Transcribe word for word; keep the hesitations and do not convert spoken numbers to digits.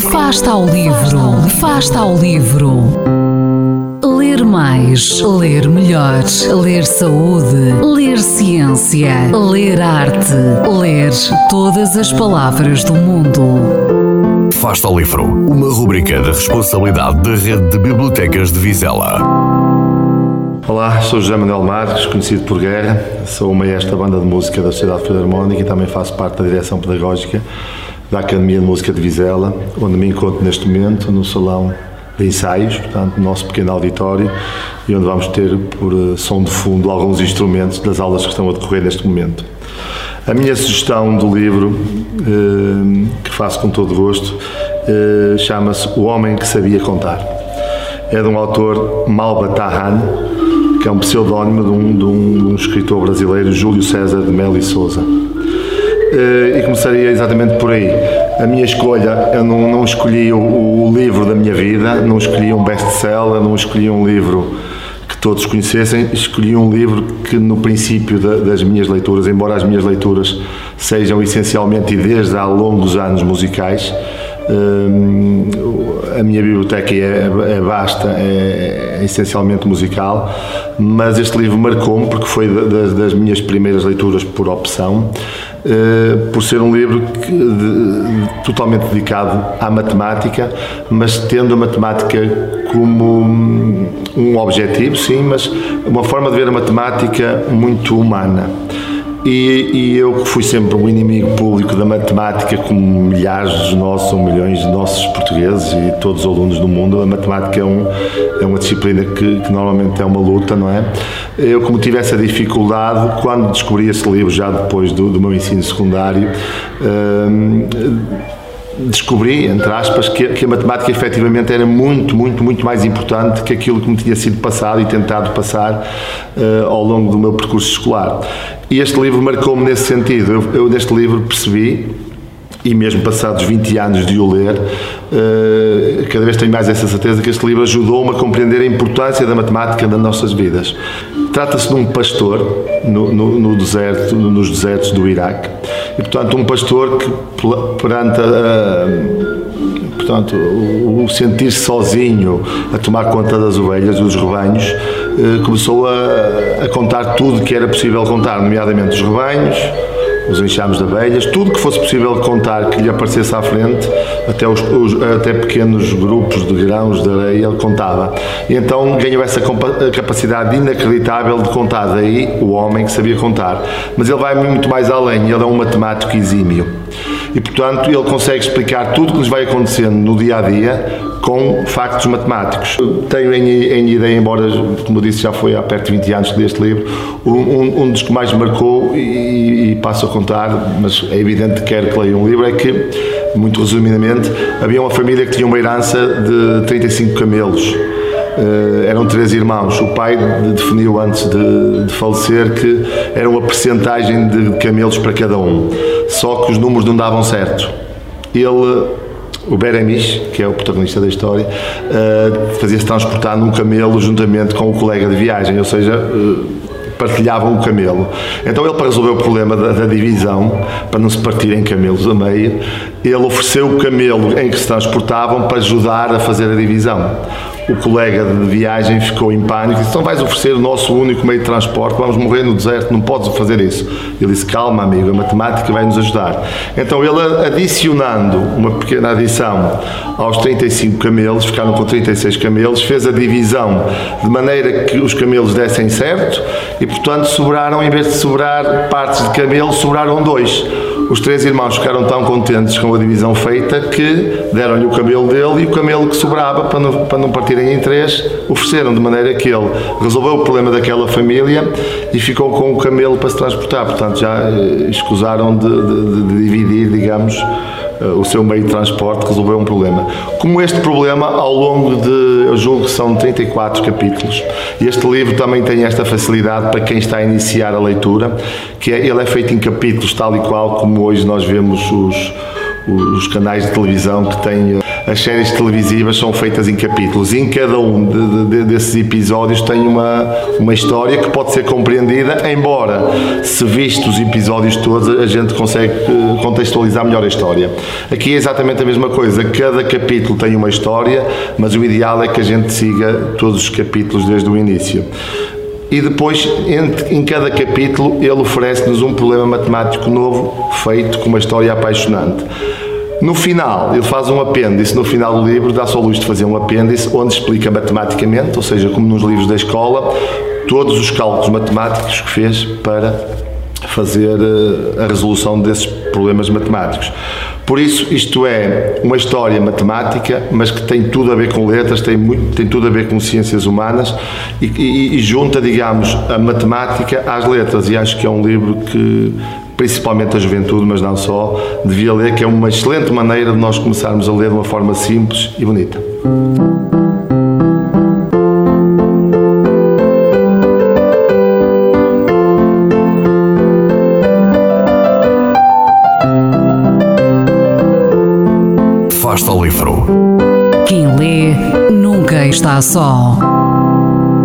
Fasta ao livro, Fasta ao livro. Ler mais, ler melhor, ler saúde, ler ciência, ler arte, ler todas as palavras do mundo. Fasta ao livro, uma rubrica da responsabilidade da Rede de Bibliotecas de Vizela. Olá, sou José Manuel Marques, conhecido por Guerra, sou o maestro da banda de música da Sociedade Filarmónica e também faço parte da direção pedagógica da Academia de Música de Vizela, onde me encontro neste momento no salão de ensaios, portanto, no nosso pequeno auditório, e onde vamos ter por som de fundo alguns instrumentos das aulas que estão a decorrer neste momento. A minha sugestão do livro, eh, que faço com todo gosto, eh, chama-se O Homem que Sabia Contar. É de um autor, Malba Tahan, que é um pseudónimo de um, de, um, de um escritor brasileiro, Júlio César de Melo e Sousa. E começaria exatamente por aí. A minha escolha, eu não, não escolhi o, o livro da minha vida, não escolhi um best-seller, não escolhi um livro que todos conhecessem, escolhi um livro que no princípio da, das minhas leituras, embora as minhas leituras sejam essencialmente e desde há longos anos musicais, a minha biblioteca é, é vasta, é, é essencialmente musical, mas este livro marcou-me porque foi das, das minhas primeiras leituras por opção, por ser um livro que, de, totalmente dedicado à matemática, mas tendo a matemática como um objetivo, sim, mas uma forma de ver a matemática muito humana. E, e eu que fui sempre um inimigo público da matemática, como milhares dos nossos, ou milhões de nossos portugueses e todos os alunos do mundo, a matemática é, um, é uma disciplina que, que normalmente é uma luta, não é? Eu, como tive essa dificuldade, quando descobri este livro, já depois do, do meu ensino secundário, hum, descobri, entre aspas, que, que a matemática efetivamente era muito, muito, muito mais importante que aquilo que me tinha sido passado e tentado passar uh, ao longo do meu percurso escolar. E este livro marcou-me nesse sentido. Eu, eu neste livro percebi, e mesmo passados vinte anos de o ler, uh, cada vez tenho mais essa certeza que este livro ajudou-me a compreender a importância da matemática nas nossas vidas. Trata-se de um pastor no, no, no deserto, nos desertos do Iraque, e portanto um pastor que perante a, portanto, o, o sentir-se sozinho a tomar conta das ovelhas, dos rebanhos, eh, começou a, a contar tudo que era possível contar, nomeadamente os rebanhos, os enxames de abelhas, tudo que fosse possível contar que lhe aparecesse à frente, até, os, os, até pequenos grupos de grãos de areia, ele contava. E então ganhou essa capacidade inacreditável de contar, daí o homem que sabia contar. Mas ele vai muito mais além, ele é um matemático exímio. E, portanto, ele consegue explicar tudo o que nos vai acontecendo no dia-a-dia com factos matemáticos. Tenho em, em ideia, embora, como disse, já foi há perto de vinte anos que li este livro, um, um dos que mais marcou, e, e passo a contar, mas é evidente que quero que leia um livro, é que, muito resumidamente, havia uma família que tinha uma herança de trinta e cinco camelos. Uh, eram três irmãos. O pai definiu antes de, de falecer que era uma percentagem de camelos para cada um, só que os números não davam certo. Ele, o Beremish, que é o protagonista da história, uh, fazia-se transportar num camelo juntamente com o colega de viagem, ou seja, uh, partilhavam o camelo. Então ele, para resolver o problema da, da divisão, para não se partirem camelos a meio, ele ofereceu o camelo em que se transportavam para ajudar a fazer a divisão. O colega de viagem ficou em pânico e disse: então vais oferecer o nosso único meio de transporte, vamos morrer no deserto, não podes fazer isso. Ele disse: calma amigo, a matemática vai nos ajudar. Então ele, adicionando uma pequena adição aos trinta e cinco camelos, ficaram com trinta e seis camelos, fez a divisão de maneira que os camelos dessem certo e, portanto, sobraram, em vez de sobrar partes de camelo, sobraram dois. Os três irmãos ficaram tão contentes com a divisão feita que deram-lhe o camelo dele, e o camelo que sobrava, para não, para não partirem em três, ofereceram, de maneira que ele resolveu o problema daquela família e ficou com o camelo para se transportar. Portanto, já escusaram de, de, de dividir, digamos, o seu meio de transporte, resolveu um problema. Como este problema, ao longo de, eu julgo que são trinta e quatro capítulos, e este livro também tem esta facilidade para quem está a iniciar a leitura, que é, ele é feito em capítulos, tal e qual como hoje nós vemos os, os canais de televisão que têm... As séries televisivas são feitas em capítulos e em cada um de, de, desses episódios tem uma, uma história que pode ser compreendida, embora, se visto os episódios todos, a gente consegue contextualizar melhor a história. Aqui é exatamente a mesma coisa, cada capítulo tem uma história, mas o ideal é que a gente siga todos os capítulos desde o início. E depois, em cada capítulo, ele oferece-nos um problema matemático novo, feito com uma história apaixonante. No final, ele faz um apêndice, no final do livro, dá-se ao luxo de fazer um apêndice onde explica matematicamente, ou seja, como nos livros da escola, todos os cálculos matemáticos que fez para fazer a resolução desses problemas matemáticos. Por isso, isto é uma história matemática, mas que tem tudo a ver com letras, tem, muito, tem tudo a ver com ciências humanas e, e, e junta, digamos, a matemática às letras, e acho que é um livro que principalmente a juventude, mas não só, devia ler, que é uma excelente maneira de nós começarmos a ler de uma forma simples e bonita. Fasta o livro. Quem lê nunca está só.